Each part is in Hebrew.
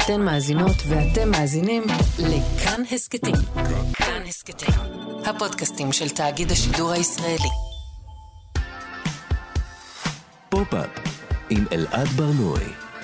אתן מאזינות ואתם מאזינים לכאן הסקטים. כאן הסקטים, הפודקאסטים של תאגיד השידור הישראלי. פופ-אפ עם אלעד ברנועי.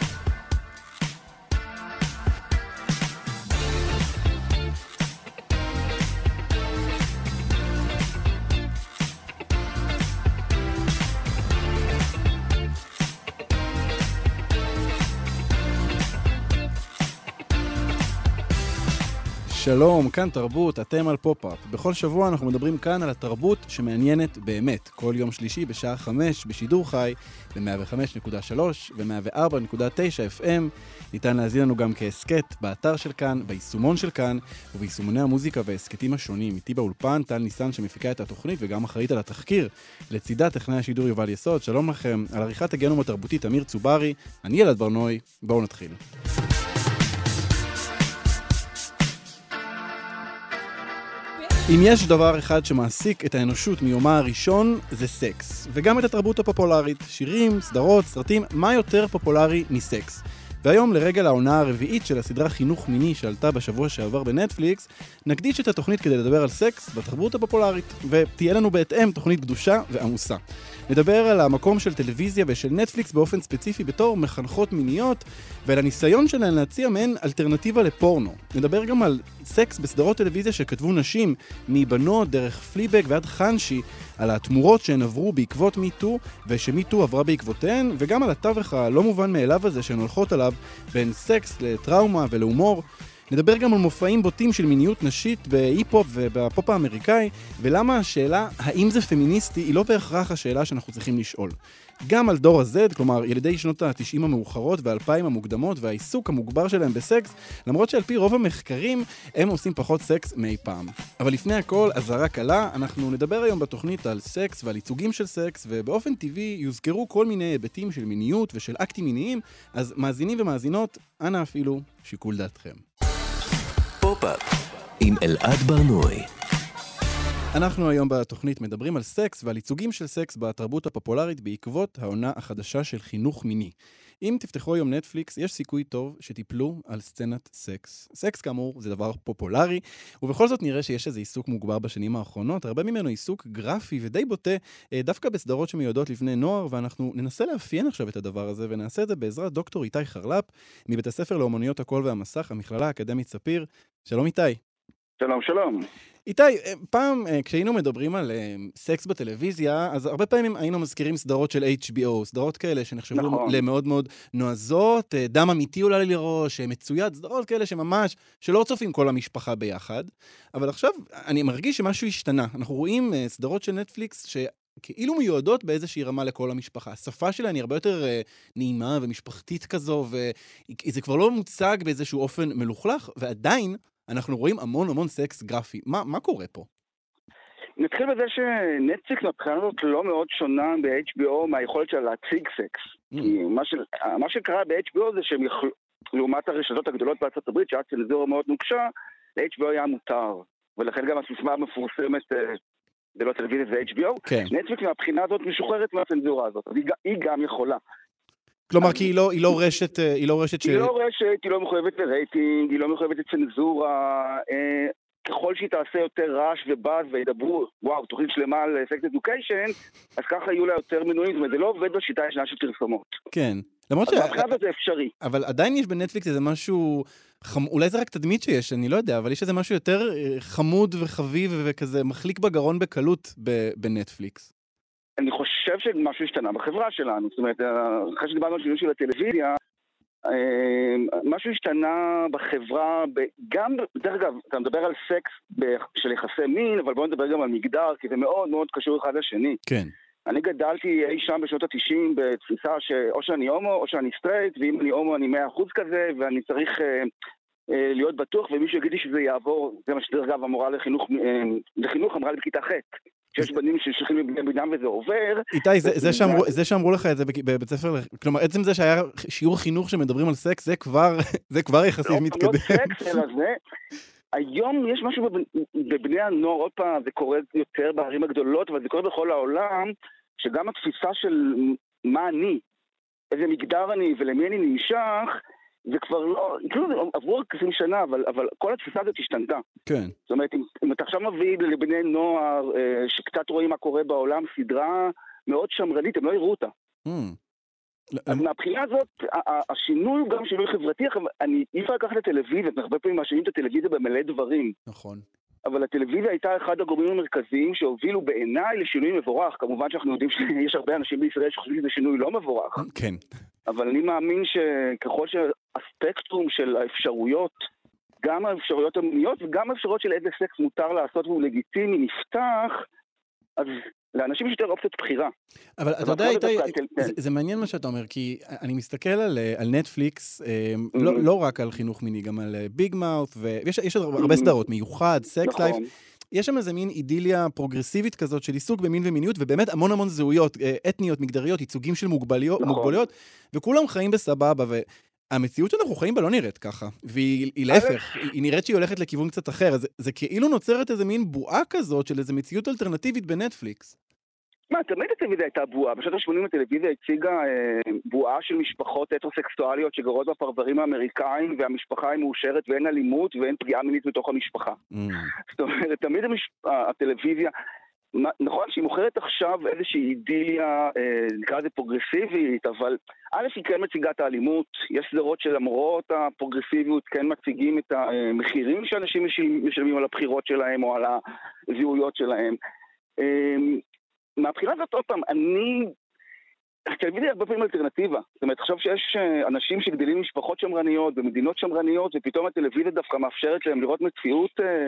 שלום, כאן תרבות, אתם על פופ-אפ. בכל שבוע אנחנו מדברים כאן על התרבות שמעניינת באמת. כל יום שלישי בשעה 5 בשידור חי, ב-105.3 ו-104.9 FM. ניתן להזין לנו גם כהסקט באתר של כאן, ביישומון של כאן, וביישומוני המוזיקה וההסקטים השונים. איתי באולפן, טל ניסן שמפיקה את התוכנית וגם אחראית על התחקיר. לצידה טכנאי השידור יובל יסוד. שלום לכם. על עריכת הגנום התרבותית אמיר צוברי. אני אלעד ברנועי. בואו נתחיל. אם יש דבר אחד שמעסיק את האנושות מיומה הראשון, זה סקס. וגם את התרבות הפופולרית. שירים, סדרות, סרטים, מה יותר פופולרי מסקס? והיום לרגל העונה הרביעית של הסדרה חינוך מיני שעלתה בשבוע שעבר בנטפליקס, נקדיש את התוכנית כדי לדבר על סקס בתרבות הפופולרית, ותהיה לנו בהתאם תוכנית קדושה ועמוסה. נדבר על המקום של טלוויזיה ושל נטפליקס באופן ספציפי בתור מחנכות מיניות, ועל הניסיון שלהן להציע מהן אלטרנטיבה לפורנו. נדבר גם על סקס בסדרות טלוויזיה שכתבו נשים, מבנות דרך פליבק ועד חנשי, על התמורות שהן עברו בעקבות מיטו, ושמיטו עברה בעקבותיהן, וגם על התווך הלא מובן מאליו הזה שהן הולכות עליו, בין סקס לטראומה ולהומור. נדבר גם על מופעים בוטים של מיניות נשית בהיפ-הופ ובפופ האמריקאי, ולמה השאלה האם זה פמיניסטי היא לא בהכרח השאלה שאנחנו צריכים לשאול. גם על דור ה-Z, כלומר ילידי שנות ה-90 המאוחרות וה-2000 המוקדמות והעיסוק המוגבר שלהם בסקס, למרות שעל פי רוב המחקרים הם עושים פחות סקס מאי פעם. אבל לפני הכל, אזהרה קלה, אנחנו נדבר היום בתוכנית על סקס ועל ייצוגים של סקס, ובאופן טבעי יוזכרו כל מיני היבטים של מיניות ושל אקטים מיניים, אז מאזינים ומאזינות, אנא אפילו שיקול דעתכם. פופ-אפ עם אלעד ברנועי. אנחנו היום בתוכנית מדברים על סקס ועל ייצוגים של סקס בתרבות הפופולרית בעקבות העונה החדשה של חינוך מיני. אם תפתחו היום נטפליקס, יש סיכוי טוב שתיפלו על סצנת סקס. סקס כאמור זה דבר פופולרי, ובכל זאת נראה שיש איזה עיסוק מוגבר בשנים האחרונות, הרבה ממנו עיסוק גרפי ודי בוטה, דווקא בסדרות שמיועדות לבני נוער, ואנחנו ננסה לאפיין עכשיו את הדבר הזה, ונעשה את זה בעזרת דוקטור איתי חרל"פ, מבית הספר לאומנויות הקול והמסך, המכללה האקדמית ספיר. שלום איתי. שלום, שלום. איתי, פעם כשהיינו מדברים על סקס בטלוויזיה, אז הרבה פעמים היינו מזכירים סדרות של HBO, סדרות כאלה שנחשבו למאוד מאוד נועזות, דם אמיתי עולה לי לראש, מצויד, סדרות כאלה שממש, שלא צופים כל המשפחה ביחד. אבל עכשיו אני מרגיש שמשהו השתנה. אנחנו רואים סדרות של נטפליקס שכאילו מיועדות באיזושהי רמה לכל המשפחה. השפה שלהן היא הרבה יותר נעימה ומשפחתית כזו, וזה כבר לא מוצג באיזשהו אופן מלוכלך, ועדיין אנחנו רואים המון סקס גרפי. מה קורה פה? נתחיל בזה שנטפליקס מבחינה הזאת לא מאוד שונה ב-HBO מהיכולת שלה להציג סקס. כי מה שקרה ב-HBO זה שהם לעומת הרשתות הגדולות בארצות הברית, שהיה צנזורה מאוד נוקשה, ל-HBO היה מותר. ולכן גם הסיסמה המפורסמת, זה לא טלוויזיה, זה HBO. כן. נטפליקס מהבחינה הזאת משוחררת מהצנזורה הזאת. אז היא גם יכולה. כלומר, כי היא לא רשת היא לא רשת, היא לא מחויבת לרייטינג, היא לא מחויבת לצנזורה, ככל שהיא תעשה יותר רעש ובאז וידברו, וואו, תוכנית שלמה על סקס אדוקיישן, אז ככה יהיו לה יותר מנויים, זאת אומרת, זה לא עובד בשיטה ישנה של פרסומות. כן. למרות אז זה אפשרי. אבל עדיין יש בנטפליקס איזה משהו, אולי זה רק תדמית שיש, אני לא יודע, אבל יש איזה משהו יותר חמוד וחביב וכזה מחליק בגרון בקלות בנטפליקס. אני חושב שמשהו השתנה בחברה שלנו, זאת אומרת, אחרי שדיברנו על שינוי של הטלוויזיה, משהו השתנה בחברה, גם, דרך אגב, אתה מדבר על סקס של יחסי מין, אבל בואו נדבר גם על מגדר, כי זה מאוד מאוד קשור אחד לשני. כן. אני גדלתי אי שם בשנות ה-90 בתפיסה שאו שאני הומו או שאני סטרייט, ואם אני הומו אני 100% כזה, ואני צריך להיות בטוח, ומישהו יגיד לי שזה יעבור, זה מה שדרך אגב המורה לחינוך אמרה לי בכיתה ח'. שיש בנים ששולחים בדם וזה עובר. איתי, זה שאמרו לך את זה בבית ספר, כלומר, עצם זה שהיה שיעור חינוך שמדברים על סקס, זה כבר יחסית מתקדם. לא סקס, אלא זה. היום יש משהו בבני הנוער, עוד פעם, זה קורה יותר בערים הגדולות, אבל זה קורה בכל העולם, שגם התפיסה של מה אני, איזה מגדר אני ולמי אני נמשך, זה כבר לא, כאילו עברו רק 20 שנה, אבל כל התפיסה הזאת השתנתה. כן. זאת אומרת, אם אתה עכשיו מביא לבני נוער, שקצת רואים מה קורה בעולם, סדרה מאוד שמרנית, הם לא יראו אותה. אז מהבחינה הזאת, השינוי הוא גם שינוי חברתי, אי אפשר לקחת את הטלוויזיה, הרבה פעמים מאשימים את הטלוויזיה במלא דברים. נכון. אבל הטלוויזיה הייתה אחד הגורמים המרכזיים שהובילו בעיניי לשינוי מבורך. כמובן שאנחנו יודעים שיש הרבה אנשים בישראל שחושבים שזה שינוי לא מבורך. כן. אבל אני מאמין שככל שהספקטרום של האפשרויות, גם האפשרויות המיניות וגם האפשרויות של איזה סקס מותר לעשות והוא לגיטימי, נפתח, אז לאנשים יש יותר אופציות בחירה. אבל אתה יודע, זה מעניין מה שאתה אומר, כי אני מסתכל על נטפליקס, לא רק על חינוך מיני, גם על ביג מאות' ויש הרבה סדרות, מיוחד, סקס לייף, יש שם איזה מין אידיליה פרוגרסיבית כזאת של עיסוק במין ומיניות, ובאמת המון המון זהויות, אתניות, מגדריות, ייצוגים של מוגבלויות, וכולם חיים בסבבה, והמציאות שאנחנו חיים בה לא נראית ככה, והיא להפך, היא נראית שהיא הולכת לכיוון קצת אחר, אז זה כאילו נוצרת איזה מין בועה כזאת של איזה מציאות אלטרנטיבית בנטפליקס. תמיד הטלוויזיה הייתה בועה. בשנות ה-80 הטלוויזיה הציגה בועה של משפחות הטרוסקסואליות שגרות בפרברים האמריקאים, והמשפחה היא מאושרת ואין אלימות ואין פגיעה מינית בתוך המשפחה. זאת אומרת, תמיד הטלוויזיה, נכון שהיא מוכרת עכשיו איזושהי אידיליה, נקרא לזה פרוגרסיבית, אבל א' היא כן מציגה את האלימות, יש סדרות שלמרות הפרוגרסיביות כן מציגים את המחירים שאנשים משלמים על הבחירות שלהם או על הזהויות שלהם. מהבחינה הזאת עוד פעם, הטלוויזיה הרבה פעמים אלטרנטיבה. זאת אומרת, עכשיו שיש אנשים שגדלים משפחות שמרניות במדינות שמרניות, ופתאום הטלוויזיה דווקא מאפשרת להם לראות מציאות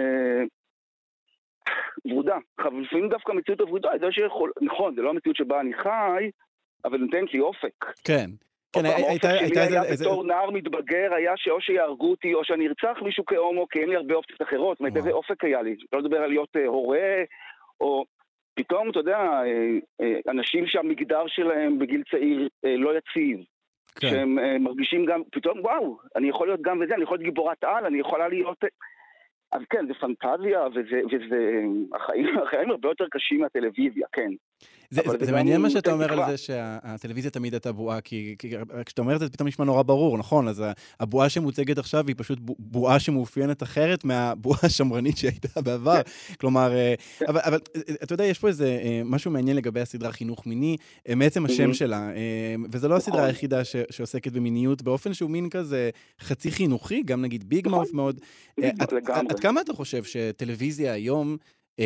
ורודה. לפעמים דווקא מציאות הוורודה, נכון, זה לא המציאות שבה אני חי, אבל נותנת לי אופק. כן. האופק שלי היה בתור נער מתבגר, היה שאו שיהרגו אותי, או שאני ארצח מישהו כהומו, כי אין לי הרבה אופציות אחרות. זאת אומרת, איזה אופק היה לי. לא לדבר על להיות הורה, או פתאום, אתה יודע, אנשים שהמגדר שלהם בגיל צעיר לא יציב, שהם מרגישים גם, פתאום, וואו, אני יכול להיות גם וזה, אני יכול להיות גיבורת על, אני יכולה להיות... אז כן, זה פנטזיה, וזה... החיים הרבה יותר קשים מהטלוויזיה, כן. זה מעניין מה שאתה אומר על זה שהטלוויזיה תמיד הייתה בועה, כי כשאתה אומר את זה פתאום נשמע נורא ברור, נכון? אז הבועה שמוצגת עכשיו היא פשוט בועה שמאופיינת אחרת מהבועה השמרנית שהייתה בעבר. כלומר, אבל אתה יודע, יש פה איזה משהו מעניין לגבי הסדרה חינוך מיני, מעצם השם שלה, וזו לא הסדרה היחידה שעוסקת במיניות, באופן שהוא מין כזה חצי חינוכי, גם נגיד ביג מאות' מאוד. עד כמה אתה חושב שטלוויזיה היום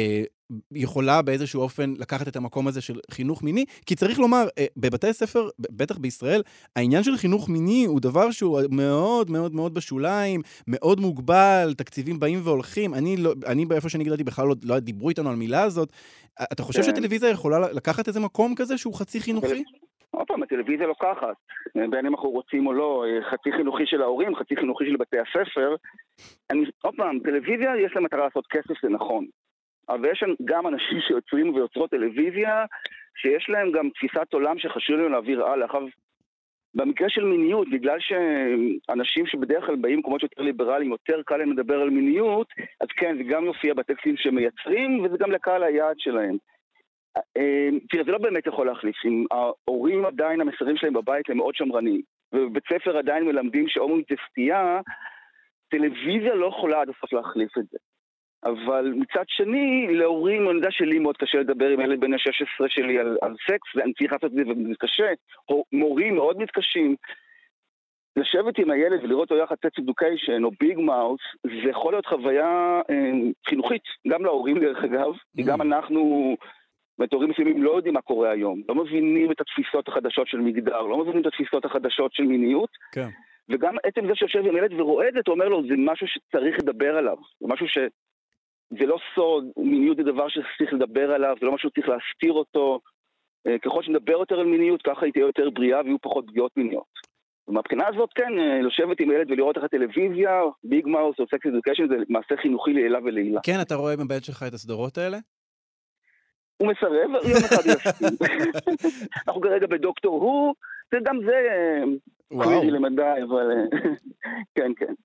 יכולה באיזשהו אופן לקחת את המקום הזה של חינוך מיני? כי צריך לומר, בבתי ספר, בטח בישראל, העניין של חינוך מיני הוא דבר שהוא מאוד מאוד מאוד בשוליים, מאוד מוגבל, תקציבים באים והולכים. אני באיפה שאני גדלתי בכלל לא דיברו איתנו על מילה הזאת. אתה חושב שטלוויזיה יכולה לקחת איזה מקום כזה שהוא חצי חינוכי? עוד פעם, הטלוויזיה לוקחת, בין אם אנחנו רוצים או לא, חצי חינוכי של ההורים, חצי חינוכי של בתי הספר. עוד פעם, טלוויזיה יש לה מטרה לעשות כסף, זה נכון. אבל יש גם אנשים שיוצרים ויוצרות טלוויזיה, שיש להם גם תפיסת עולם שחשוב להם להעביר הלאה. במקרה של מיניות, בגלל שאנשים שבדרך כלל באים מקומות יותר ליברליים, יותר קל להם לדבר על מיניות, אז כן, זה גם יופיע בטקסטים שמייצרים, וזה גם לקהל היעד שלהם. תראה, זה לא באמת יכול להחליף. אם ההורים עדיין, המסרים שלהם בבית הם מאוד שמרנים, ובבית ספר עדיין מלמדים שהומואיות זה סטייה, טלוויזיה לא יכולה עד הסוף להחליף את זה. אבל מצד שני, להורים, אני יודע שלי מאוד קשה לדבר עם ילד בן ה-16 שלי על סקס, ואני צריך לעשות את זה וזה קשה, מורים מאוד מתקשים. לשבת עם הילד ולראות אותו יחד Sex Education או ביג מאות' זה יכול להיות חוויה חינוכית, גם להורים דרך אגב, כי גם אנחנו... והתורים מסוימים לא יודעים מה קורה היום, לא מבינים את התפיסות החדשות של מגדר, לא מבינים את התפיסות החדשות של מיניות, כן. וגם עצם זה שיושב עם ילד ורואה את זה, אתה אומר לו, זה משהו שצריך לדבר עליו, זה משהו זה לא סוד, מיניות זה דבר שצריך לדבר עליו, זה לא משהו שצריך להסתיר אותו, ככל שנדבר יותר על מיניות, ככה היא תהיה יותר בריאה ויהיו פחות פגיעות מיניות. ומהבחינה הזאת, כן, לשבת עם ילד ולראות איך הטלוויזיה, ביג מאות' או Sex Education, זה מעשה חינוכי לעילה ולעילה. כן, אתה רואה בבית שלך את הסדרות האלה? הוא מסרב, יום אחד יסכים. אנחנו כרגע בדוקטור הוא, גם זה קווירי למדי, אבל כן, כן.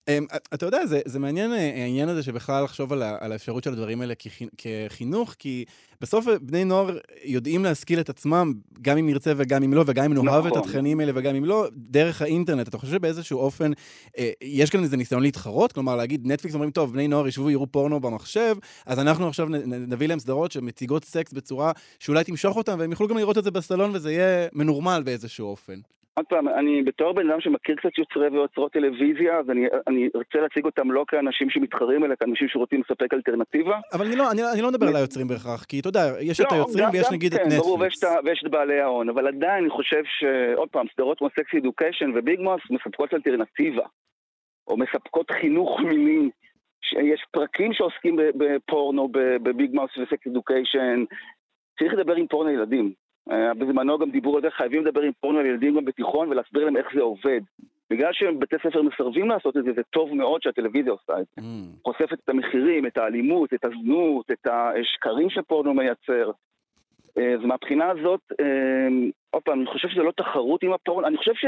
אתה יודע, זה מעניין העניין הזה שבכלל לחשוב על האפשרות של הדברים האלה כחינוך, כי בסוף בני נוער יודעים להשכיל את עצמם, גם אם נרצה וגם אם לא, וגם אם נאהב את התכנים האלה וגם אם לא, דרך האינטרנט. אתה חושב שבאיזשהו אופן יש כאן איזה ניסיון להתחרות? כלומר, להגיד, נטפליקס אומרים, טוב, בני נוער ישבו, יראו פורנו במחשב, אז אנחנו עכשיו נביא להם סדרות שמציגות סקס בצורה שאולי תמשוך אותם, והם יוכלו גם לראות את זה בסלון, וזה יהיה מנורמל באיזשהו אופן. עוד פעם, אני בתור בן אדם שמכיר קצת יוצרי ויוצרות טלוויזיה, אז אני רוצה להציג אותם לא כאנשים שמתחרים, אלא כאנשים שרוצים לספק אלטרנטיבה. אבל אני לא מדבר על היוצרים בהכרח, כי אתה יודע, יש את היוצרים ויש נגיד את נטפליקס. ברור, ויש את בעלי ההון, אבל עדיין אני חושב שעוד פעם, סדרות כמו סקס אדוקיישן וביג מאוס מספקות אלטרנטיבה, או מספקות חינוך מיני. יש פרקים שעוסקים בפורנו, בביג מאוס וסקס אדוקיישן. צריך לדבר עם פורנו ילדים. בזמנו גם דיבור על זה, חייבים לדבר עם פורנו על ילדים גם בתיכון ולהסביר להם איך זה עובד. בגלל שבתי ספר מסרבים לעשות את זה, זה טוב מאוד שהטלוויזיה עושה את זה. חושפת את המחירים, את האלימות, את הזנות, את השקרים שפורנו מייצר. אז מהבחינה הזאת, עוד פעם, אני חושב שזה לא תחרות עם הפורנו, אני חושב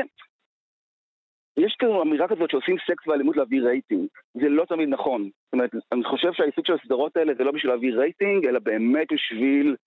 יש כאילו אמירה כזאת שעושים סקס ואלימות להביא רייטינג. זה לא תמיד נכון. זאת אומרת, אני חושב שהעיסוק של הסדרות האלה זה לא בשביל להביא רייטינג, אלא באמת בשביל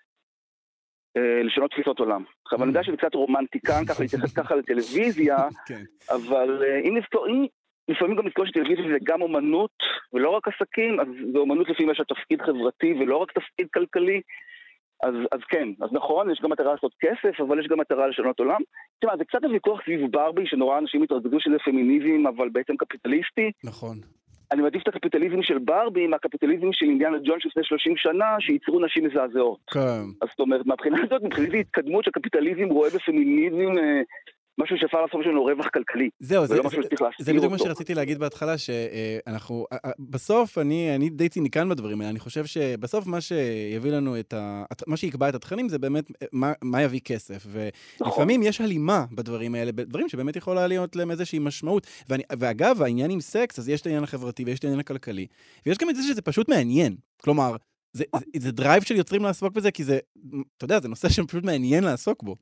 לשנות תפיסות עולם. עכשיו, אני יודע שזה קצת רומנטיקן, ככה להתייחס ככה לטלוויזיה, אבל לפעמים גם נזכור שטלוויזיה זה גם אומנות, ולא רק עסקים, אז זה אומנות לפעמים יש תפקיד חברתי, ולא רק תפקיד כלכלי, אז כן, אז נכון, יש גם מטרה לעשות כסף, אבל יש גם מטרה לשנות עולם. תשמע, זה קצת הוויכוח סביב ברבי, שנורא אנשים התרגזו שזה פמיניזם, אבל בעצם קפיטליסטי. נכון. אני מעדיף את הקפיטליזם של ברבי מהקפיטליזם של אינדיאנה ג'ונס לפני 30 שנה, שייצרו נשים מזעזעות. כן. אז זאת אומרת, מהבחינה הזאת, מבחינת התקדמות שהקפיטליזם רואה בפמיניזם משהו שאפשר לעשות שלנו רווח כלכלי. זהו, זה בדיוק מה שרציתי להגיד בהתחלה, שאנחנו, בסוף אני די ציניקן בדברים האלה, אני חושב שבסוף מה שיביא לנו מה שיקבע את התכנים זה באמת מה יביא כסף, ולפעמים יש הלימה בדברים האלה, בדברים שבאמת יכולה להיות להם איזושהי משמעות, ואגב, העניין עם סקס, אז יש את העניין החברתי ויש את העניין הכלכלי, ויש גם את זה שזה פשוט מעניין, כלומר, זה דרייב של יוצרים לעסוק בזה, כי זה, אתה יודע, זה נושא שפשוט מעניין לעסוק בו.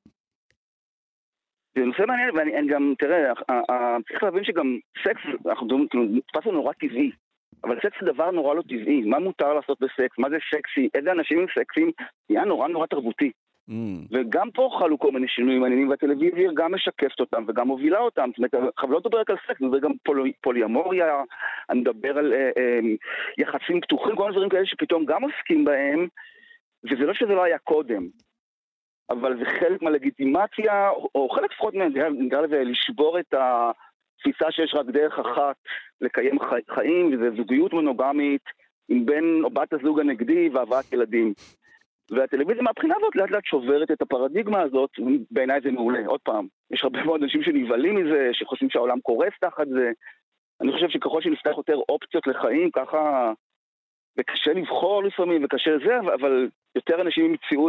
זה נושא מעניין, ואני גם, תראה, צריך להבין שגם סקס, אנחנו תפסנו נורא טבעי, אבל סקס זה דבר נורא לא טבעי. מה מותר לעשות בסקס? מה זה סקסי? איזה אנשים עם סקסים? היה נורא נורא תרבותי. וגם פה חלו כל מיני שינויים מעניינים, והטלוויזיה גם משקפת אותם וגם מובילה אותם. זאת אומרת, עכשיו לא מדבר רק על סקס, מדבר גם פוליאמוריה, אני מדבר על יחסים פתוחים, כל מיני דברים כאלה שפתאום גם עוסקים בהם, וזה לא שזה לא היה קודם. אבל זה חלק מהלגיטימציה, או חלק לפחות נקרא לזה לשבור את התפיסה שיש רק דרך אחת לקיים חיים, וזה זוגיות מונוגמית עם בן או בת הזוג הנגדי והבאת ילדים. והטלוויזיה מהבחינה הזאת לאט לאט שוברת את הפרדיגמה הזאת, בעיניי זה מעולה. עוד פעם, יש הרבה מאוד אנשים שנבהלים מזה, שחושבים שהעולם קורס תחת זה. אני חושב שככל שנפתח יותר אופציות לחיים, ככה, וקשה לבחור לפעמים, וקשה זה, אבל יותר אנשים ימצאו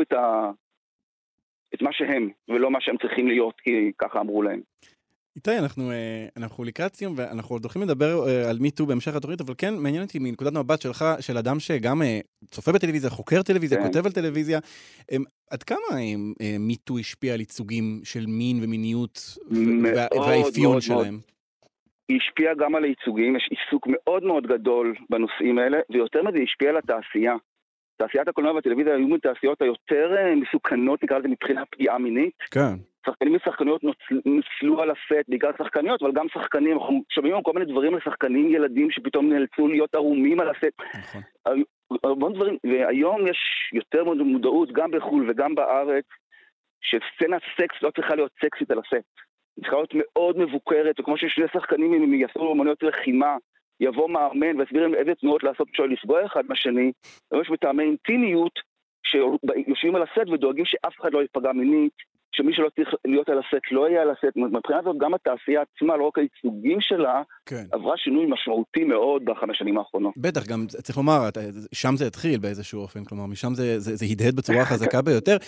את מה שהם, ולא מה שהם צריכים להיות, כי ככה אמרו להם. איתי, אנחנו לקראת סיום, ואנחנו עוד הולכים לדבר על מיטו בהמשך התוכנית, אבל כן, מעניין אותי מנקודת מבט שלך, של אדם שגם צופה בטלוויזיה, חוקר טלוויזיה, כותב על טלוויזיה, עד כמה מיטו השפיע על ייצוגים של מין ומיניות, והאפיון שלהם? היא השפיעה גם על הייצוגים, יש עיסוק מאוד מאוד גדול בנושאים האלה, ויותר מזה השפיע על התעשייה. תעשיית הקולנוע והטלוויזיה היו מתעשיות היותר מסוכנות, נקרא לזה מבחינה פגיעה מינית. כן. שחקנים ושחקניות ניצלו על הסט, בעיקר שחקניות, אבל גם שחקנים, אנחנו שומעים כל מיני דברים על שחקנים ילדים שפתאום נאלצו להיות ערומים על הסט. נכון. הרבה דברים, והיום יש יותר מודעות, גם בחול וגם בארץ, שסצנת סקס לא צריכה להיות סקסית על הסט. היא צריכה להיות מאוד מבוקרת, וכמו ששני שחקנים אם יעשו אמנויות לחימה, יבוא מאמן והסביר להם איזה תנועות לעשות בשביל לפגוע אחד מהשני, ויש מטעמי אינטימיות שיושבים על הסט ודואגים שאף אחד לא יפגע מינית, שמי שלא צריך להיות על הסט לא יהיה על הסט. מבחינת זאת גם התעשייה עצמה, לא רק הייצוגים שלה, עברה שינוי משמעותי מאוד בחמש שנים האחרונות. בטח, גם צריך לומר, שם זה התחיל באיזשהו אופן, כלומר, משם זה הדהד בצורה חזקה ביותר,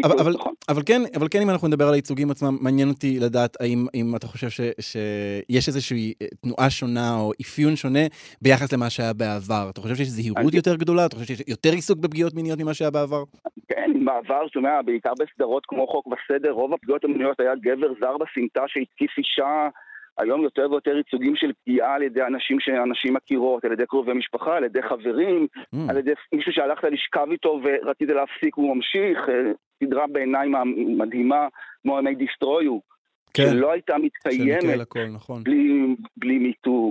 אבל כן, אם אנחנו נדבר על הייצוגים עצמם, מעניין אותי לדעת האם אתה חושב שיש איזושהי תנועה שונה או אפיון שונה ביחס למה שהיה בעבר. אתה חושב שיש זהירות יותר גדולה? אתה חושב שיש יותר עיסוק בפגיעות מיניות ממה שהיה בעבר? כן, בעבר, שומע, בעיקר בסדרות כמו חוק וסדר, רוב הפגיעות המיניות היה גבר זר בסמטה שהתקיף אישה, היום יותר ויותר ייצוגים של פגיעה על ידי אנשים שאנשים מכירות, על ידי קרובי משפחה, על ידי חברים, על ידי מישהו שהלכת לשכב איתו ורצית להפסיק והוא ממשיך, סדרה בעיניים מדהימה, כמו I May Destroy You, שלא הייתה מתקיימת בלי מיטו.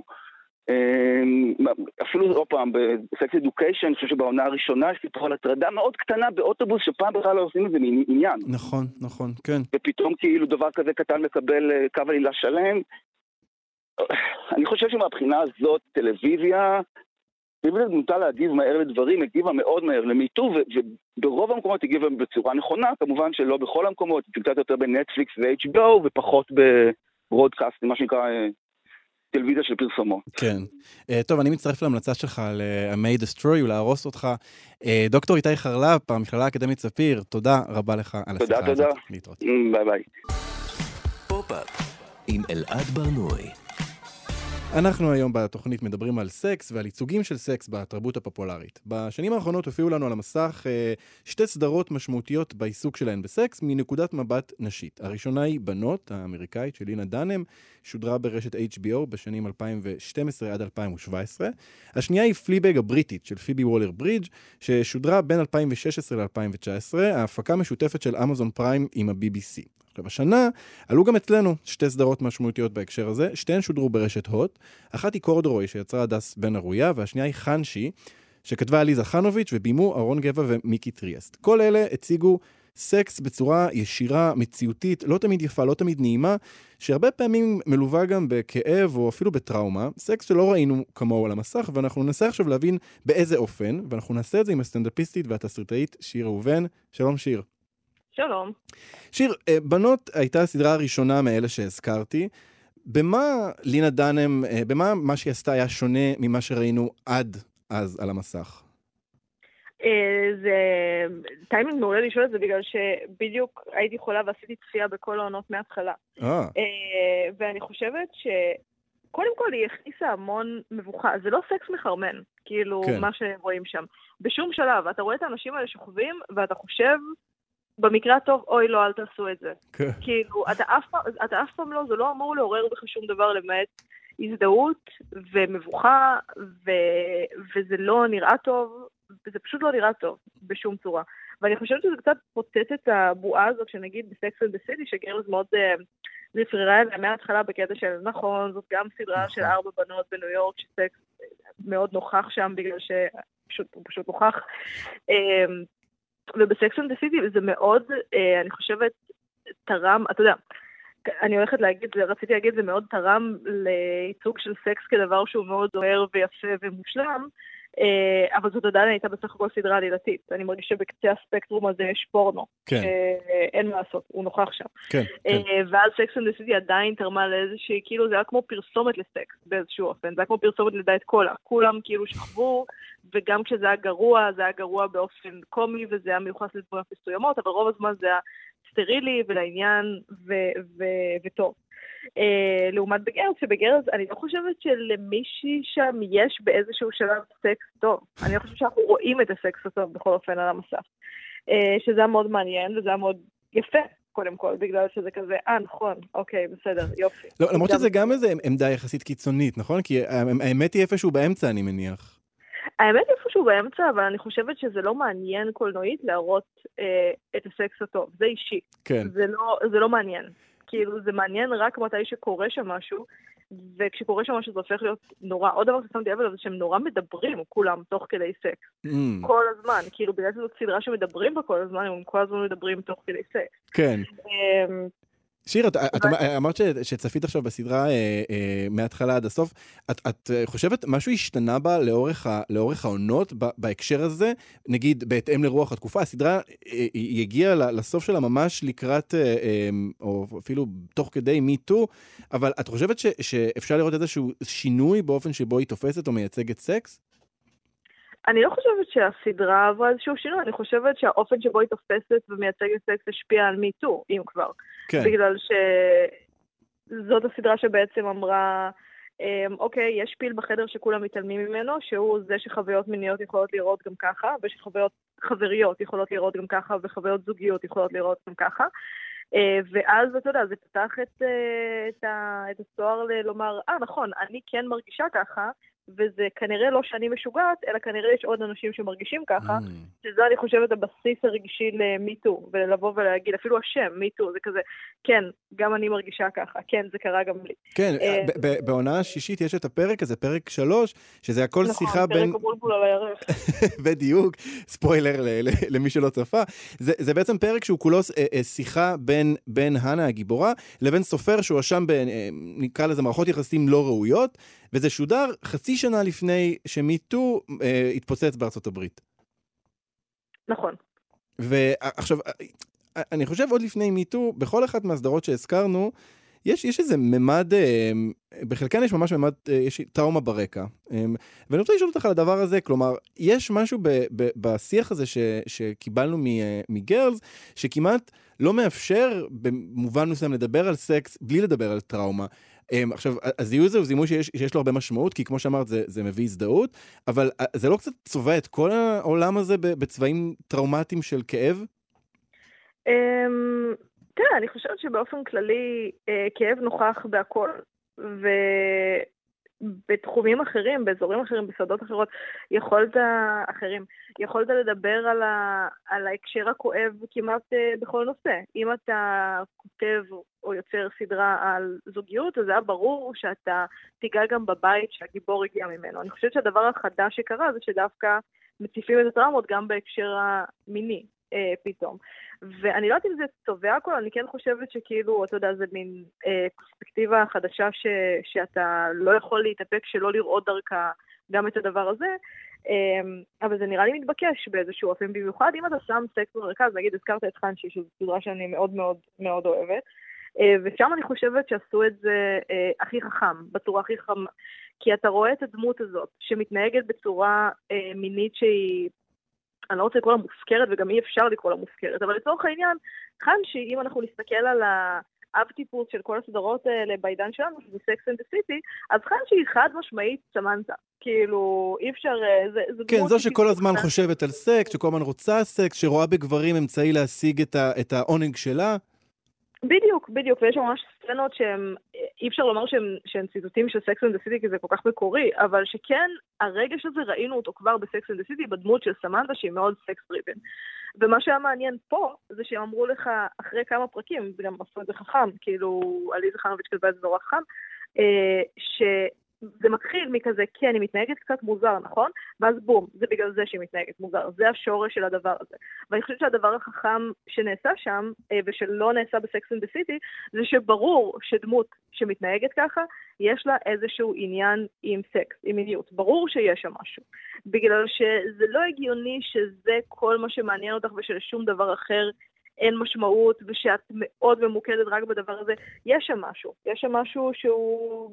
אפילו עוד פעם, בסקס אדוקיישן, אני חושב שבעונה הראשונה יש סיפור על הטרדה מאוד קטנה באוטובוס, שפעם בכלל לא עושים את זה מעניין. נכון, כן. ופתאום כאילו דבר כזה קטן מקבל קו עלילה שלם. אני חושב שמהבחינה הזאת, טלוויזיה נוטה להגיב מהר לדברים, הגיבה מאוד מהר למיטו, וברוב המקומות הגיבה בצורה נכונה, כמובן שלא בכל המקומות, קצת יותר בנטפליקס ו-HBO, ופחות בברודקאסט, מה שנקרא טלוויזיה של פרסומות. כן. טוב, אני מצטרף להמלצה שלך על I May Destroy You, להרוס אותך. דוקטור איתי חרל"פ, המכללה האקדמית ספיר, תודה רבה לך על השיחה הזאת. תודה. להתראות. ביי ביי. פופ-אפ עם אלעד ברנועי. אנחנו היום בתוכנית מדברים על סקס ועל ייצוגים של סקס בתרבות הפופולרית. בשנים האחרונות הופיעו לנו על המסך שתי סדרות משמעותיות בעיסוק שלהן בסקס מנקודת מבט נשית. הראשונה היא בנות, האמריקאית של לינה דנם, שודרה ברשת HBO בשנים 2012 עד 2017. השנייה היא פליבג הבריטית של פיבי וולר ברידג' ששודרה בין 2016 ל-2019, ההפקה משותפת של אמזון פריים עם ה-BBC. השנה עלו גם אצלנו שתי סדרות משמעותיות בהקשר הזה, שתיהן שודרו ברשת הוט, אחת היא קורדרוי שיצרה הדס בן ארויה, והשנייה היא חנשי, שכתבה עליזה חנוביץ' ובימו אהרון גבע ומיקי טריאסט. כל אלה הציגו סקס בצורה ישירה, מציאותית, לא תמיד יפה, לא תמיד נעימה, שהרבה פעמים מלווה גם בכאב או אפילו בטראומה, סקס שלא ראינו כמוהו על המסך, ואנחנו ננסה עכשיו להבין באיזה אופן, ואנחנו נעשה את זה עם הסטנדאפיסטית והתסריטאית שיר ראובן. שלום שיר. שלום. שיר, בנות הייתה הסדרה הראשונה מאלה שהזכרתי. במה לינה דנם, במה מה שהיא עשתה היה שונה ממה שראינו עד אז על המסך? זה טיימינג מעולה לשאול את זה, בגלל שבדיוק הייתי חולה ועשיתי צפייה בכל העונות מההתחלה. ואני חושבת שקודם כל היא הכניסה המון מבוכה. זה לא סקס מחרמן, כאילו מה שרואים שם. בשום שלב, אתה רואה את האנשים האלה שוכבים, ואתה חושב במקרה הטוב, אוי לא, אל תעשו את זה. כאילו, אתה אף פעם לא, זה לא אמור לעורר בך שום דבר למעט הזדהות ומבוכה, וזה לא נראה טוב, וזה פשוט לא נראה טוב בשום צורה. ואני חושבת שזה קצת פוצץ את הבועה הזאת, שנגיד בסקס אנד דה סיטי, שגרלס מאוד רפררה אליה מההתחלה בקטע של נכון, זאת גם סדרה של 4 בנות בניו יורק, שסקס מאוד נוכח שם, בגלל שהוא פשוט נוכח. ובסקס אנד דה סיטי זה מאוד, אני חושבת, תרם, אתה יודע, אני הולכת להגיד, רציתי להגיד, זה מאוד תרם לייצוג של סקס כדבר שהוא מאוד זוהר ויפה ומושלם, אבל זאת עדיין הייתה בסך הכל סדרה עלילתית. אני מרגישה שבקצה הספקטרום הזה יש פורנו, שאין מה לעשות, הוא נוכח שם. ואז סקס אנד דה סיטי עדיין תרמה לאיזושהי, כאילו זה היה כמו פרסומת לסקס באיזשהו אופן, זה היה כמו פרסומת לדעת קולה, כולם כאילו שכבו, וגם כשזה היה גרוע, זה היה גרוע באופן קומי, וזה היה מיוחס לדמויות מסוימות, אבל רוב הזמן זה היה סטרילי ולעניין וטוב. לעומת בגרז, שבגרז אני לא חושבת שלמישהי שם יש באיזשהו שלב סקס טוב. אני לא חושבת שאנחנו רואים את הסקס הטוב בכל אופן על המסך. שזה היה מאוד מעניין, וזה היה מאוד יפה, קודם כל, בגלל שזה כזה, נכון, אוקיי, בסדר, יופי. לא, למרות שזה גם איזה עמדה יחסית קיצונית, נכון? כי האמת היא איפשהו באמצע, אני מניח. האמת איפשהו באמצע, אבל אני חושבת שזה לא מעניין קולנועית להראות את הסקס הטוב. זה אישי. כן. זה לא מעניין. כאילו, זה מעניין רק מתי שקורה שם משהו, וכשקורה שם משהו זה הופך להיות נורא. עוד דבר ששמתי לב זה שהם נורא מדברים, כולם, תוך כדי סקס. כל הזמן. כאילו, בגלל שזאת סדרה שמדברים בה כל הזמן, הם כל הזמן מדברים תוך כדי סקס. כן. שיר, את אמרת שצפית עכשיו בסדרה מההתחלה עד הסוף, את חושבת משהו השתנה בה לאורך העונות בהקשר הזה? נגיד, בהתאם לרוח התקופה, הסדרה היא הגיעה לסוף שלה ממש לקראת, או אפילו תוך כדי מי-טו, אבל את חושבת שאפשר לראות איזשהו שינוי באופן שבו היא תופסת או מייצגת סקס? אני לא חושבת שהסדרה עברה איזשהו שינוי, אני חושבת שהאופן שבו היא תופסת ומייצגת סקס השפיע על מיטו, אם כבר. כן. בגלל שזאת הסדרה שבעצם אמרה, אוקיי, יש פיל בחדר שכולם מתעלמים ממנו, שהוא זה שחוויות מיניות יכולות לראות גם ככה, ושחוויות חבריות יכולות לראות גם ככה, וחוויות זוגיות יכולות לראות גם ככה. ואז, אתה יודע, זה פתח את הסוהר לומר, נכון, אני כן מרגישה ככה, וזה כנראה לא שאני משוגעת, אלא כנראה יש עוד אנשים שמרגישים ככה, שזה אני חושבת הבסיס הרגשי למיטו, ולבוא ולהגיד, אפילו השם, מיטו, זה כזה, כן, גם אני מרגישה ככה, כן, זה קרה גם לי. כן, בעונה השישית יש את הפרק הזה, פרק 3, שזה הכל שיחה בין... נכון, פרק הבולבול על הירח. בדיוק, ספוילר למי שלא צפה. זה בעצם פרק שהוא כולו שיחה בין הנה הגיבורה, לבין סופר שהוא אשם נקרא לזה מערכות יחסים לא ראויות, וזה שודר חצי שנה לפני שמיטו התפוצץ בארצות הברית. נכון. ועכשיו, אני חושב עוד לפני מיטו, בכל אחת מהסדרות שהזכרנו, יש איזה ממד, בחלקן יש ממש ממד, יש טראומה ברקע. ואני רוצה לשאול אותך על הדבר הזה, כלומר, יש משהו בשיח הזה שקיבלנו מגרלס, שכמעט לא מאפשר במובן מסוים לדבר על סקס, בלי לדבר על טראומה. עכשיו, הזיהוי הזה הוא זיהוי שיש לו הרבה משמעות, כי כמו שאמרת, זה מביא הזדהות, אבל זה לא קצת צובע את כל העולם הזה בצבעים טראומטיים של כאב? תראה, אני חושבת שבאופן כללי כאב נוכח בהכל, ובתחומים אחרים, באזורים אחרים, בסעדות אחרות, יכולת לדבר על ההקשר הכואב כמעט בכל נושא. אם אתה כותב או יוצר סדרה על זוגיות, אז זה היה ברור שאתה תיגע גם בבית שהגיבור הגיע ממנו. אני חושבת שהדבר החדש שקרה זה שדווקא מציפים את הטראומות גם בהקשר המיני. פתאום. ואני לא יודעת אם זה צובע הכל, אני כן חושבת שכאילו, אתה יודע, זה מין פרספקטיבה חדשה שאתה לא יכול להתאפק שלא לראות דרכה גם את הדבר הזה, אבל זה נראה לי מתבקש באיזשהו אופן, במיוחד אם אתה שם סקס במרכז, נגיד, הזכרת את חנשי, שזו סדרה שאני מאוד מאוד מאוד אוהבת, ושם אני חושבת שעשו את זה הכי חכם, בצורה הכי חכמה, כי אתה רואה את הדמות הזאת, שמתנהגת בצורה מינית שהיא אני לא רוצה לקרוא לה מופקרת, וגם אי אפשר לקרוא לה מופקרת, אבל לצורך העניין, חנשי, אם אנחנו נסתכל על האב-טיפוס של כל הסדרות האלה בעידן שלנו, שזה Sex and the City, אז חנשי היא חד משמעית סמנתה. כאילו, אי אפשר... כן, זו שכל הזמן חושבת על סקס, שכל הזמן רוצה סקס, שרואה בגברים אמצעי להשיג את העונג שלה. בדיוק, ויש ממש סצנות שהן, אי אפשר לומר שהן ציטוטים של Sex and the City, כי זה כל כך מקורי, אבל שכן, הרגש הזה ראינו אותו כבר ב-Sex and the City, בדמות של סמנתה, שהיא מאוד סקס-דריבן. ומה שהיה מעניין פה, זה שהם אמרו לך, אחרי כמה פרקים, זה גם עשו את זה חכם, כאילו, עליזה חנוביץ' כתבה את זה נורא חכם, זה מתחיל מכזה, כן, היא מתנהגת קצת מוזר, נכון? ואז בום, זה בגלל זה שהיא מתנהגת מוזר. זה השורש של הדבר הזה. ואני חושבת שהדבר החכם שנעשה שם, ושלא נעשה בסקס אנד דה סיטי, זה שברור שדמות שמתנהגת ככה, יש לה איזשהו עניין עם סקס, עם מיניות. ברור שיש שם משהו. בגלל שזה לא הגיוני שזה כל מה שמעניין אותך, ושלשום דבר אחר אין משמעות, ושאת מאוד ממוקדת רק בדבר הזה. יש שם משהו שהוא